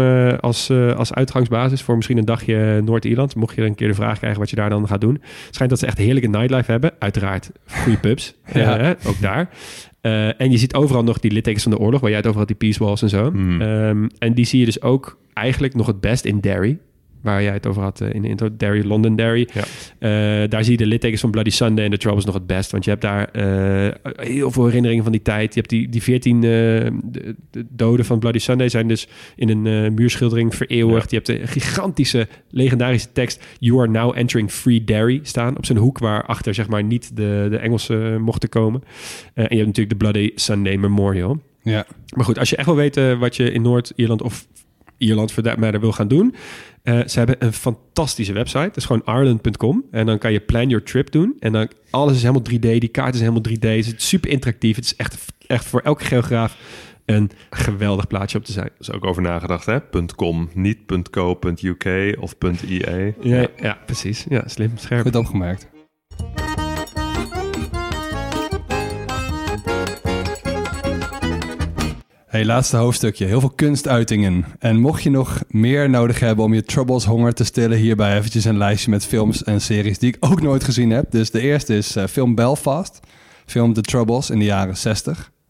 als uitgangsbasis voor misschien een dagje Noord-Ierland. Mocht je een keer de vraag krijgen wat je daar dan gaat doen. Het schijnt dat ze echt heerlijke nightlife hebben. Uiteraard goede pubs, ook daar. En je ziet overal nog die littekens van de oorlog, waar jij het over had, die peace walls en zo. En die zie je dus ook eigenlijk nog het best in Derry. Waar jij het over had in de intro, Derry, Londonderry. Ja. Daar zie je de littekens van Bloody Sunday en The Troubles nog het best. Want je hebt daar heel veel herinneringen van die tijd. Je hebt die 14 de doden van Bloody Sunday zijn dus in een muurschildering vereeuwigd. Ja. Je hebt een gigantische, legendarische tekst You are now entering Free Derry staan. Op zijn hoek waarachter zeg maar niet de Engelsen mochten komen. En je hebt natuurlijk de Bloody Sunday Memorial. Ja. Maar goed, als je echt wil weten wat je in Noord-Ierland of Ierland voor dat matter wil gaan doen. Ze hebben een fantastische website. Dat is gewoon Ireland.com. En dan kan je plan your trip doen. En dan alles is helemaal 3D. Die kaart is helemaal 3D. Het is super interactief. Het is echt voor elke geograaf een geweldig plaatje op te zijn. Er is ook over nagedacht, hè? .com, niet .co.uk of .ie. Ja, precies. Ja, slim, scherp. Goed opgemerkt. Hey, laatste hoofdstukje. Heel veel kunstuitingen. En mocht je nog meer nodig hebben om je Troubles honger te stillen, hierbij eventjes een lijstje met films en series die ik ook nooit gezien heb. Dus de eerste is film Belfast. Film The Troubles in de jaren 60.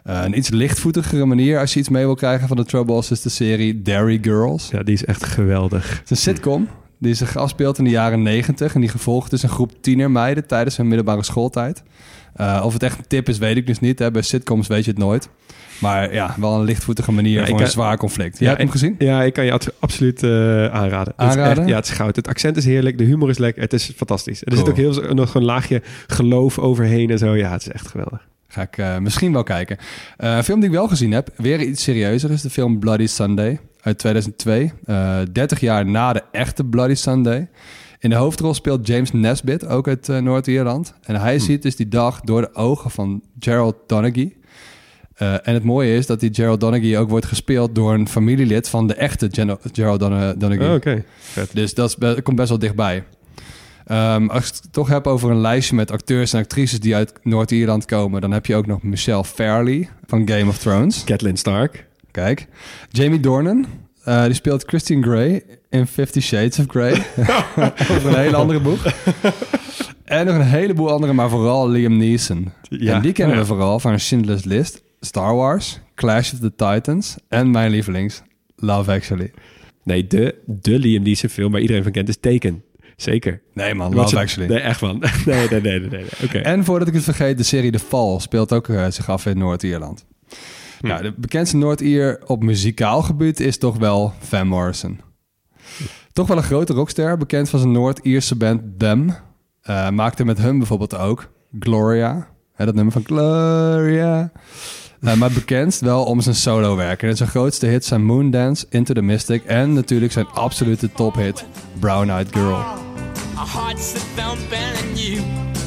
Een iets lichtvoetigere manier als je iets mee wil krijgen van de Troubles is de serie Derry Girls. Ja, die is echt geweldig. Het is een sitcom die zich afspeelt in de jaren 90 en die gevolgd is een groep tienermeiden tijdens hun middelbare schooltijd. Of het echt een tip is, weet ik dus niet. Hè. Bij sitcoms weet je het nooit. Maar ja, wel een lichtvoetige manier voor een zwaar conflict. Jij hebt hem gezien? Ja, ik kan je absoluut aanraden. Aanraden? Het is goud. Het accent is heerlijk, de humor is lekker. Het is fantastisch. Er zit ook nog een laagje geloof overheen en zo. Ja, het is echt geweldig. Ga ik misschien wel kijken. Een film die ik wel gezien heb, weer iets serieuzer, is de film Bloody Sunday uit 2002. 30 jaar na de echte Bloody Sunday. In de hoofdrol speelt James Nesbitt, ook uit Noord-Ierland. En hij ziet dus die dag door de ogen van Gerald Donaghy. En het mooie is dat die Gerald Donaghy ook wordt gespeeld door een familielid van de echte Gerald Donaghy. Oh, oké. Vet. Dus dat komt best wel dichtbij. Als ik het toch heb over een lijstje met acteurs en actrices die uit Noord-Ierland komen, dan heb je ook nog Michelle Fairley van Game of Thrones. Catelyn Stark. Kijk. Jamie Dornan. Die speelt Christian Grey in 50 Shades of Grey. Over een hele andere boeg. En nog een heleboel andere, maar vooral Liam Neeson. Ja. En die kennen we vooral van Schindler's List, Star Wars, Clash of the Titans en mijn lievelings, Love Actually. Nee, de Liam Neeson film waar iedereen van kent is Taken. Zeker. Nee man, Love Actually. Nee, echt man. Nee. Okay. En voordat ik het vergeet, de serie The Fall speelt ook zich af in Noord-Ierland. Nou, de bekendste Noord-Ier op muzikaal gebied is toch wel Van Morrison. Toch wel een grote rockster, bekend van zijn Noord-Ierse band Them. Maakte met hun bijvoorbeeld ook Gloria. Dat nummer van Gloria. Maar bekend wel om zijn solo-werk. En zijn grootste hits zijn Moondance, Into the Mystic en natuurlijk zijn absolute tophit Brown Eyed Girl. Our hearts are thumping and you,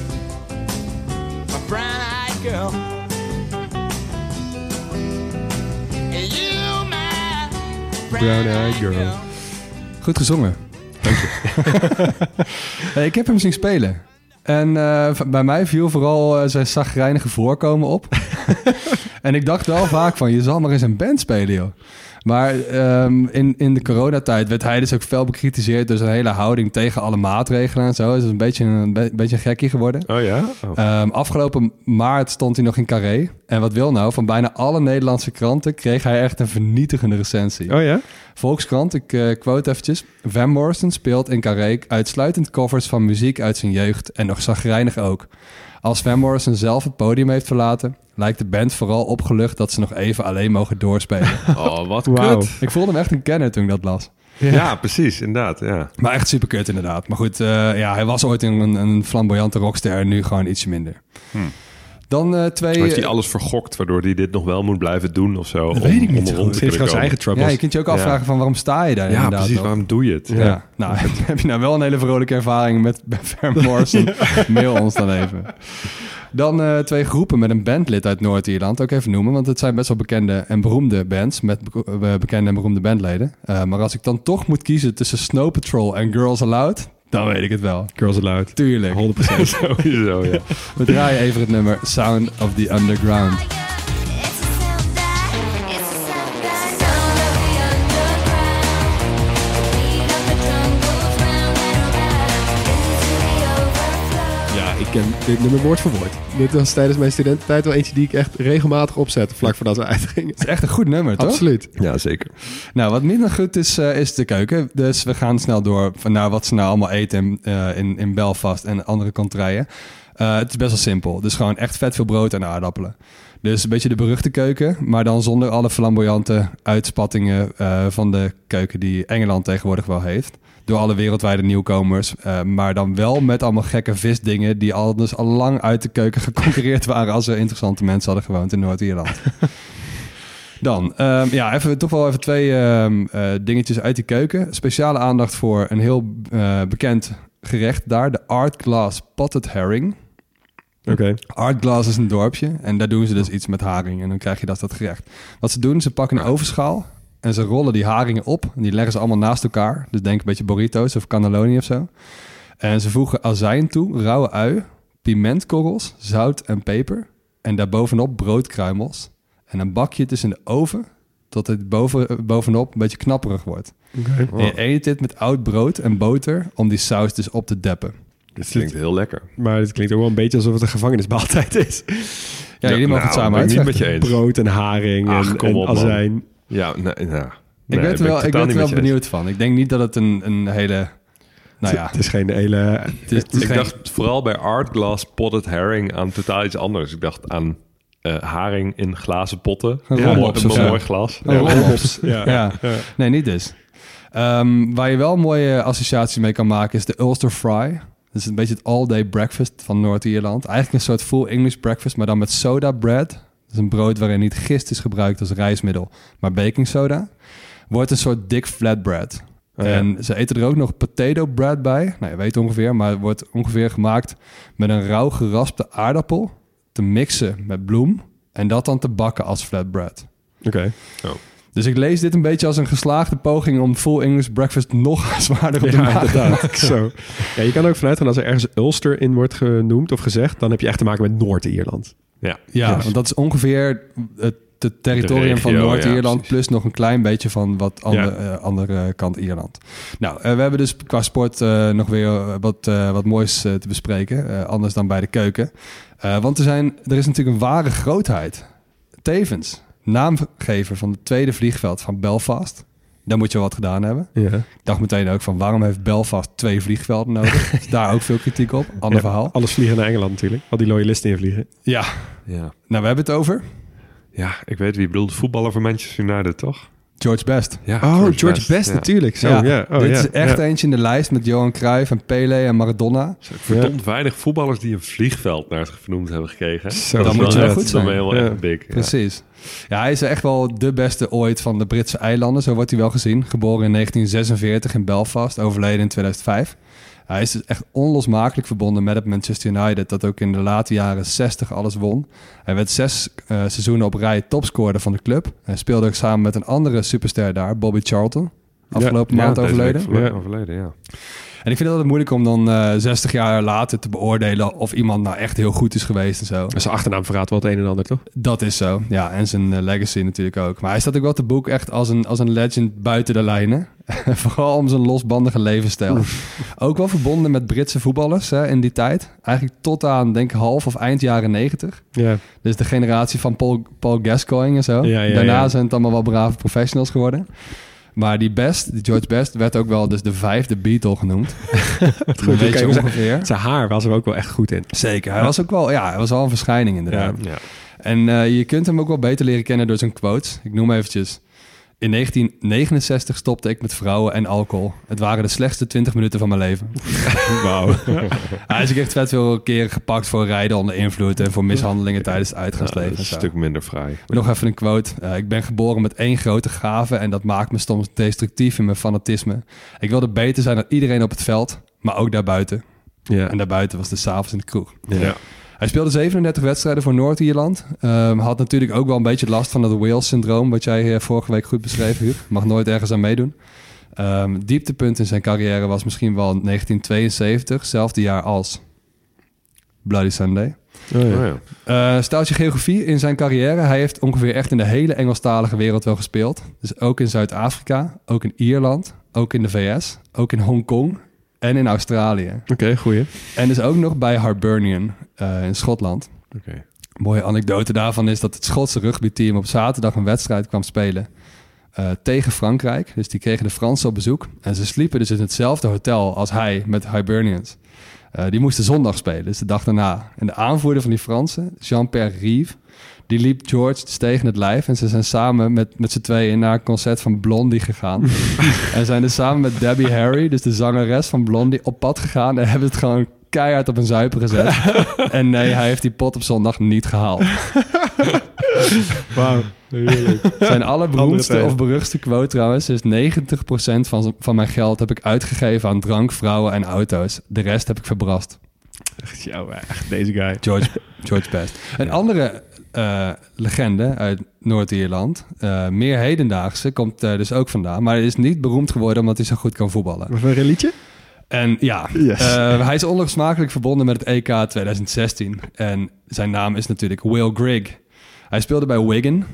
my brown-eyed girl. And you, my brown-eyed girl. Goed gezongen. Dank je. Ik heb hem zien spelen. En bij mij viel vooral zijn chagrijnige voorkomen op. En ik dacht wel vaak van, je zal maar eens een band spelen, joh. Maar in de coronatijd werd hij dus ook fel bekritiseerd door zijn hele houding tegen alle maatregelen en zo. Hij is een beetje een gekkie geworden. Oh ja? Oh. Afgelopen maart stond hij nog in Carré. En wat wil nou? Van bijna alle Nederlandse kranten kreeg hij echt een vernietigende recensie. Oh ja? Volkskrant, ik quote eventjes. Van Morrison speelt in Carré uitsluitend covers van muziek uit zijn jeugd en nog chagrijnig ook. Als Van Morrison zelf het podium heeft verlaten, lijkt de band vooral opgelucht dat ze nog even alleen mogen doorspelen. Oh, wat wow. kut. Ik voelde hem echt een kenner toen ik dat las. Ja, precies, inderdaad. Ja. Maar echt super kut inderdaad. Maar goed, hij was ooit een flamboyante rockster en nu gewoon ietsje minder. Dan twee... Heeft hij alles vergokt waardoor hij dit nog wel moet blijven doen of zo? Dat weet ik niet. Hij heeft gewoon zijn eigen troubles. Ja, je kunt je ook afvragen van waarom sta je daar inderdaad. Precies, waarom doe je het? Ja. Nou, heb je nou wel een hele vrolijke ervaring met Van Morrison? Mail ons dan even. Dan twee groepen met een bandlid uit Noord-Ierland. Ook even noemen, want het zijn best wel bekende en beroemde bands met bekende en beroemde bandleden. Maar als ik dan toch moet kiezen tussen Snow Patrol en Girls Aloud, dan weet ik het wel. Girls Aloud. Tuurlijk. 100%. Sowieso, ja. We draaien even het nummer Sound of the Underground. Ik ken dit nummer woord voor woord. Dit was tijdens mijn studententijd wel eentje die ik echt regelmatig opzette, vlak voordat we uitgingen. Het is echt een goed nummer, toch? Absoluut. Ja, zeker. Nou, wat minder goed is, is de keuken. Dus we gaan snel door naar wat ze nou allemaal eten in Belfast en andere kontrijen. Het is best wel simpel. Dus gewoon echt vet veel brood en aardappelen. Dus een beetje de beruchte keuken, maar dan zonder alle flamboyante uitspattingen van de keuken die Engeland tegenwoordig wel heeft. Door alle wereldwijde nieuwkomers. Maar dan wel met allemaal gekke visdingen die al lang uit de keuken geconcurreerd waren als er interessante mensen hadden gewoond in Noord-Ierland. Dan, toch wel even twee dingetjes uit die keuken. Speciale aandacht voor een heel bekend gerecht daar. De Art Glass Potted Herring. Oké. Art Glass is een dorpje en daar doen ze dus iets met haring. En dan krijg je dat gerecht. Wat ze doen, ze pakken een ovenschaal en ze rollen die haringen op. En die leggen ze allemaal naast elkaar. Dus denk een beetje burritos of cannelloni of zo. En ze voegen azijn toe, rauwe ui, pimentkorrels, zout en peper. En daarbovenop broodkruimels. En dan bak je het dus in de oven tot het bovenop een beetje knapperig wordt. Okay. En je eet dit met oud brood en boter om die saus dus op te deppen. Dit klinkt heel lekker. Maar het klinkt ook wel een beetje alsof het een gevangenismaaltijd is. Ja, jullie mogen het samen ben ik niet uitvechten. met je eens. Brood en haring Ach, en, kom en op, man. azijn. Ja, nee. Ik ben ben er wel totaal niet met je eens. benieuwd van. Ik denk niet dat het een hele... Nou ja, Het is geen hele... het is Ik geen- dacht vooral bij Art Glass Potted Herring aan totaal iets anders. Ik dacht aan haring in glazen potten. Een Ja, rolmops een of zo. mooi glas. Oh, rolmops. Ja. Ja. Nee, niet dus. Waar je wel een mooie associatie mee kan maken is de Ulster Fry. Dat is een beetje het all-day breakfast van Noord-Ierland. Eigenlijk een soort full English breakfast, maar dan met soda bread. Dat is een brood waarin niet gist is gebruikt als rijstmiddel, maar baking soda. Wordt een soort dik flatbread. Oh, ja. En ze eten er ook nog potato bread bij. Nou, je weet ongeveer, maar het wordt ongeveer gemaakt met een rauw geraspte aardappel te mixen met bloem en dat dan te bakken als flatbread. Oké. Dus ik lees dit een beetje als een geslaagde poging om full English breakfast nog zwaarder op te Ja, maken. inderdaad. Zo. Ja, je kan er ook vanuit gaan als er ergens Ulster in wordt genoemd of gezegd, dan heb je echt te maken met Noord-Ierland. Ja. Ja, want dat is ongeveer het territorium De van regio, Noord-Ierland ja, precies. plus nog een klein beetje van wat andere kant Ierland. Nou, we hebben dus qua sport nog weer wat moois te bespreken, anders dan bij de keuken. Want er is natuurlijk een ware grootheid. Tevens naamgever van het tweede vliegveld van Belfast. Daar moet je wat gedaan hebben. Ja. Ik dacht meteen ook van waarom heeft Belfast 2 vliegvelden nodig? Is daar ook veel kritiek op. Ander verhaal. Alles vliegen naar Engeland natuurlijk. Al die loyalisten invliegen. Ja, Ja. nou we hebben het over Ja, ik weet wie je bedoelt. Voetballer van Manchester United, toch? George Best. Ja, Oh, George Best ja. natuurlijk. Zo, Ja, ja. Oh, dit ja. is echt Ja. eentje in de lijst met Johan Cruijff en Pelé en Maradona. Er zijn verdomd weinig voetballers die een vliegveld naar zich vernoemd hebben gekregen. Zo, Dan Dat is moet je wel echt- goed dan zijn. ben je wel Ja. echt big. Ja. Precies. Ja, hij is echt wel de beste ooit van de Britse eilanden. Zo wordt hij wel gezien. Geboren in 1946 in Belfast, overleden in 2005. Hij is dus echt onlosmakelijk verbonden met het Manchester United, dat ook in de late jaren 60 alles won. Hij werd 6 seizoenen op rij topscorer van de club. Hij speelde ook samen met een andere superster daar, Bobby Charlton. Afgelopen maand deze overleden. week Ja. overleden, ja. En ik vind het altijd moeilijk om dan 60 jaar later te beoordelen of iemand nou echt heel goed is geweest en zo. Zijn achternaam verraadt wel het een en ander, toch? Dat is zo, ja. En zijn legacy natuurlijk ook. Maar hij staat ook wel te boek echt als een legend buiten de lijnen. Vooral om zijn losbandige levensstijl. Ook wel verbonden met Britse voetballers hè, in die tijd. Eigenlijk tot aan, denk ik, half of eind jaren 90. Ja. Dus de generatie van Paul Gascoigne en zo. Ja, Daarna ja. zijn het allemaal wel brave professionals geworden. Maar die George Best, werd ook wel dus de 5e Beatle genoemd. Goed, Een beetje kijk, ongeveer. zijn haar was er ook wel echt goed in. Zeker. Hij was ook wel, hij was wel een verschijning inderdaad. Ja. En je kunt hem ook wel beter leren kennen door zijn quotes. Ik noem eventjes. In 1969 stopte ik met vrouwen en alcohol. Het waren de slechtste 20 minuten van mijn leven. Wauw. Hij is ook echt vet veel keren gepakt voor rijden onder invloed en voor mishandelingen tijdens het Ja, uitgaansleven. dat en is een zo. stuk minder vrij. Nog even een quote. Ik ben geboren met 1 grote gave en dat maakt me soms destructief in mijn fanatisme. Ik wilde beter zijn dan iedereen op het veld, maar ook daarbuiten. Ja. En daarbuiten was de 's avonds in de kroeg. Ja. Hij speelde 37 wedstrijden voor Noord-Ierland. Had natuurlijk ook wel een beetje last van het Wales-syndroom, wat jij vorige week goed beschreef, Huub. Mag nooit ergens aan meedoen. Dieptepunt in zijn carrière was misschien wel 1972, hetzelfde jaar als Bloody Sunday. Oh, ja. Oh, ja. Staaltje geografie in zijn carrière. Hij heeft ongeveer echt in de hele Engelstalige wereld wel gespeeld. Dus ook in Zuid-Afrika, ook in Ierland, ook in de VS, ook in Hongkong en in Australië. Oké, goeie. En dus ook nog bij Hibernian in Schotland. Oké. Mooie anekdote daarvan is dat het Schotse rugbyteam op zaterdag een wedstrijd kwam spelen tegen Frankrijk. Dus die kregen de Fransen op bezoek. En ze sliepen dus in hetzelfde hotel als hij met Hibernians. Die moesten zondag spelen, dus de dag daarna. En de aanvoerder van die Fransen, Jean-Pierre Rive, die liep George dus tegen het lijf. En ze zijn samen met z'n tweeën naar een concert van Blondie gegaan. En zijn dus samen met Debbie Harry, dus de zangeres van Blondie, op pad gegaan. En hebben het gewoon keihard op een zuiper gezet. En nee, hij heeft die pot op zondag niet gehaald. Wauw. Zijn allerberoemdste Andere of beruchtste quote trouwens is 90% van mijn geld heb ik uitgegeven aan drank, vrouwen en auto's. De rest heb ik verbrast. Echt, jou, echt deze guy. George Best. Een andere legende uit Noord-Ierland, meer hedendaagse, komt dus ook vandaan. Maar hij is niet beroemd geworden omdat hij zo goed kan voetballen. Wat voor een liedje? En ja, Yes. hij is onlosmakelijk verbonden met het EK 2016. En zijn naam is natuurlijk Will Grigg. Hij speelde bij Wigan.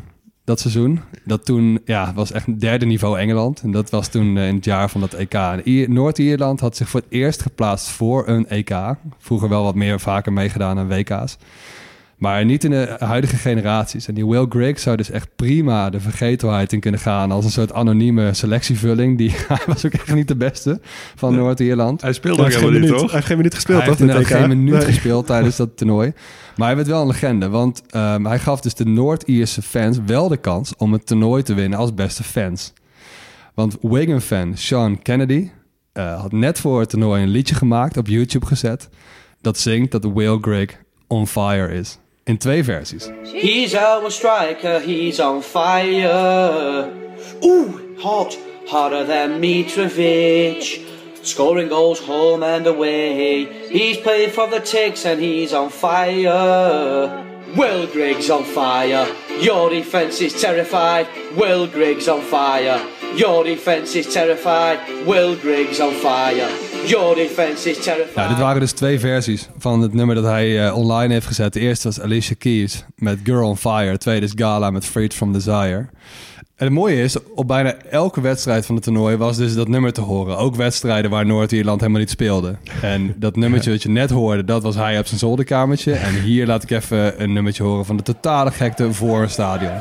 dat seizoen. Dat toen was echt derde niveau Engeland. En dat was toen in het jaar van dat EK. En Noord-Ierland had zich voor het eerst geplaatst voor een EK. Vroeger wel wat meer vaker meegedaan aan WK's. Maar niet in de huidige generaties. En die Will Grigg zou dus echt prima de vergetelheid in kunnen gaan als een soort anonieme selectievulling. Hij was ook echt niet de beste van Noord-Ierland. Hij speelde ook helemaal niet, toch? Hij heeft geen minuut gespeeld, Hij toch? heeft inderdaad geen minuut Nee. gespeeld tijdens dat toernooi. Maar hij werd wel een legende. Want hij gaf dus de Noord-Ierse fans wel de kans om het toernooi te winnen als beste fans. Want Wigan-fan Sean Kennedy had net voor het toernooi een liedje gemaakt, op YouTube gezet. Dat zingt dat Will Grigg on fire is. In 2 versies. He's our striker, he's on fire. Ooh, hot, hotter than Mitrovic. Scoring goals home and away. He's playing for the Ticks and he's on fire. Will Grigg's on fire. Your defense is terrified. Will Grigg's on fire. Your defense is terrified. Will Grigg's on fire. Your defense is terrified. Ja, dit waren dus 2 versies van het nummer dat hij online heeft gezet. De eerste was Alicia Keys met Girl on Fire. De tweede is Gala met Freed from Desire. En het mooie is, op bijna elke wedstrijd van het toernooi was dus dat nummer te horen. Ook wedstrijden waar Noord-Ierland helemaal niet speelde. En dat nummertje dat je net hoorde, dat was hij op zijn zolderkamertje. En hier laat ik even een nummertje horen van de totale gekte voor een stadion.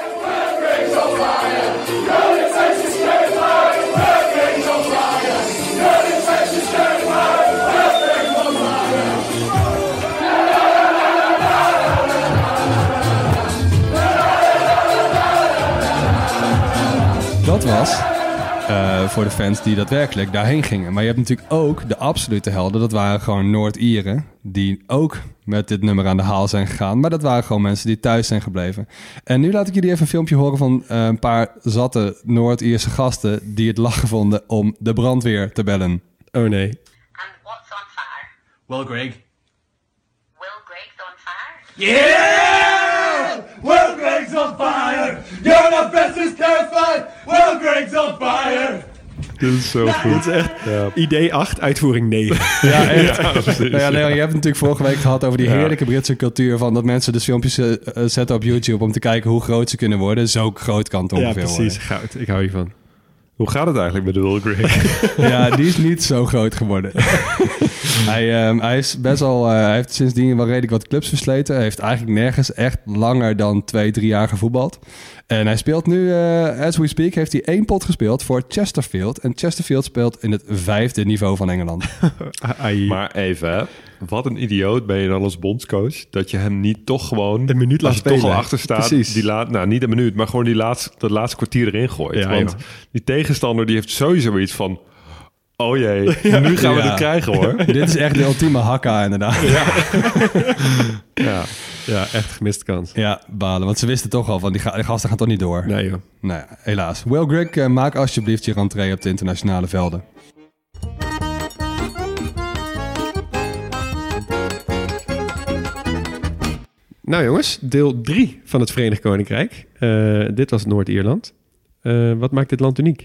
Dat was voor de fans die daadwerkelijk daarheen gingen. Maar je hebt natuurlijk ook de absolute helden. Dat waren gewoon Noord-Ieren die ook met dit nummer aan de haal zijn gegaan. Maar dat waren gewoon mensen die thuis zijn gebleven. En nu laat ik jullie even een filmpje horen van een paar zatte Noord-Ierse gasten die het lachen vonden om de brandweer te bellen. Oh nee. And what's on fire? Will Grigg. Will Grigg's on fire? Yeah! Will Grigg's on fire! Your defense is terrified! Will Grigg's on fire! Dit is zo goed. Dit is echt idee 8, uitvoering 9. Ja, echt. Ja, precies. Nou ja, Leon, je hebt het natuurlijk vorige week gehad over die heerlijke Britse cultuur van dat mensen dus filmpjes zetten op YouTube om te kijken hoe groot ze kunnen worden. Zo groot kan het Ja, ongeveer precies. worden. Goud. Ik hou hiervan. Hoe gaat het eigenlijk met de Will Grigg? Ja, die is niet zo groot geworden. Hij is best wel. Hij heeft sindsdien wel redelijk wat clubs versleten. Hij heeft eigenlijk nergens echt langer dan 2-3 jaar gevoetbald. En hij speelt nu, as we speak, heeft hij 1 pot gespeeld voor Chesterfield. En Chesterfield speelt in het 5e niveau van Engeland. Ai. Maar even, hè. Wat een idioot ben je dan als bondscoach... dat je hem niet toch gewoon... Een minuut laat als je toch spelen. al achter staat... Precies. niet een minuut, maar gewoon dat laatste kwartier erin gooit. Ja, Want joh. die tegenstander die heeft sowieso iets van... oh jee, nu gaan we Ja. het krijgen, hoor. Dit is echt de ultieme hakka, inderdaad. Ja. Ja, echt gemiste kans. Ja, balen. Want ze wisten toch al van die gasten gaan toch niet door. Nee joh. Nou ja, helaas. Will Grigg, maak alsjeblieft je rentree op de internationale velden. Nou jongens, deel 3 van het Verenigd Koninkrijk. Dit was Noord-Ierland. Wat maakt dit land uniek?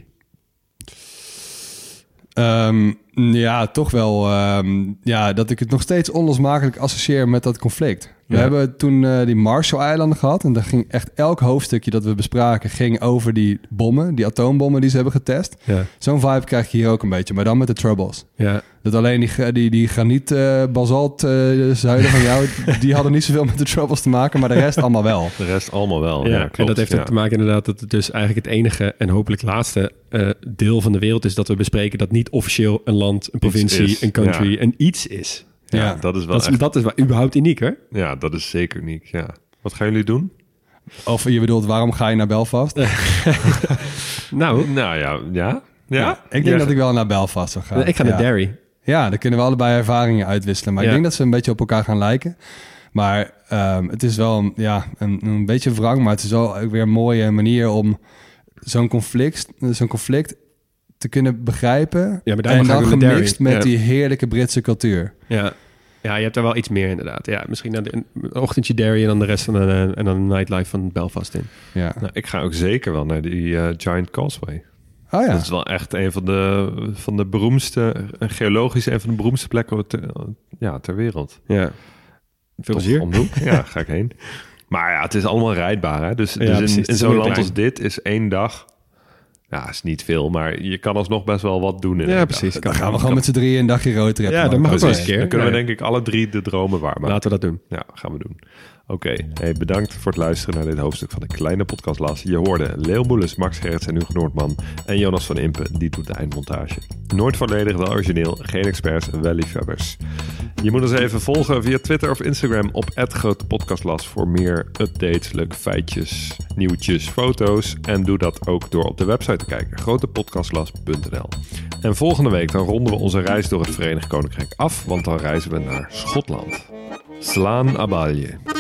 Ja, toch wel dat ik het nog steeds onlosmakelijk associeer met dat conflict. We Ja. hebben toen die Marshall-eilanden gehad. En daar ging echt elk hoofdstukje dat we bespraken... ging over die bommen, die atoombommen die ze hebben getest. Ja. Zo'n vibe krijg je hier ook een beetje, maar dan met de Troubles. Ja. Dat alleen die graniet basalt zuiden van jou... die hadden niet zoveel met de Troubles te maken... maar de rest allemaal wel. De rest allemaal wel. Ja, klopt. en dat heeft ja. ook te maken inderdaad dat het dus eigenlijk het enige en hopelijk laatste deel van de wereld is dat we bespreken dat niet officieel een land, een provincie, is, een country, ja. een iets is. Ja, Ja, dat is wel echt... Dat is wel überhaupt uniek, hè? Ja, dat is zeker uniek, ja. Wat gaan jullie doen? Of je bedoelt, waarom ga je naar Belfast? Nou, Nou ja, ja? Ja? Ik denk dat ik wel naar Belfast zou gaan. ik ga naar Derry. Ja, dan kunnen we allebei ervaringen uitwisselen. Maar Ja. ik denk dat ze een beetje op elkaar gaan lijken. Maar het is wel een beetje wrang, maar het is wel ook weer een mooie manier om zo'n conflict te kunnen begrijpen. Ja, maar daarom en ga ik dan ook naar gemixt Derry. met Ja. die heerlijke Britse cultuur. Ja. Ja, je hebt daar wel iets meer inderdaad. Ja, misschien een ochtendje Derry en dan de rest van en dan de nightlife van Belfast in. Ja. Nou, ik ga ook zeker wel naar die Giant Causeway. Oh ja. Dat is wel echt een van de beroemdste, geologisch een van de beroemdste plekken ter wereld. Ja. Veel Toch plezier. om de hoek. Ja, ga ik heen. Maar ja, het is allemaal rijdbaar. Hè? Dus precies. in zo'n land als dit is 1 dag... Ja, is niet veel, maar je kan alsnog best wel wat doen in Ja, één precies. dag. Dan gaan we gewoon met z'n drieën een dagje roadtrip. Ja, dat mag ook wel eens Precies. een keer. Dan kunnen we Ja. denk ik alle 3 de dromen waarmaken. Laten we dat doen. Ja, gaan we doen. Oké, hey, bedankt voor het luisteren naar dit hoofdstuk van de kleine podcastlas. Je hoorde Leo Boelis, Max Gerrits en Hugo Noordman en Jonas van Impe, die doet de eindmontage. Nooit volledig, wel origineel, geen experts, wel liefhebbers. Je moet ons even volgen via Twitter of Instagram op @grotepodcastlas voor meer updates, leuke feitjes, nieuwtjes, foto's. En doe dat ook door op de website te kijken, grotepodcastlas.nl. En volgende week dan ronden we onze reis door het Verenigd Koninkrijk af, want dan reizen we naar Schotland. Slaan Abalje.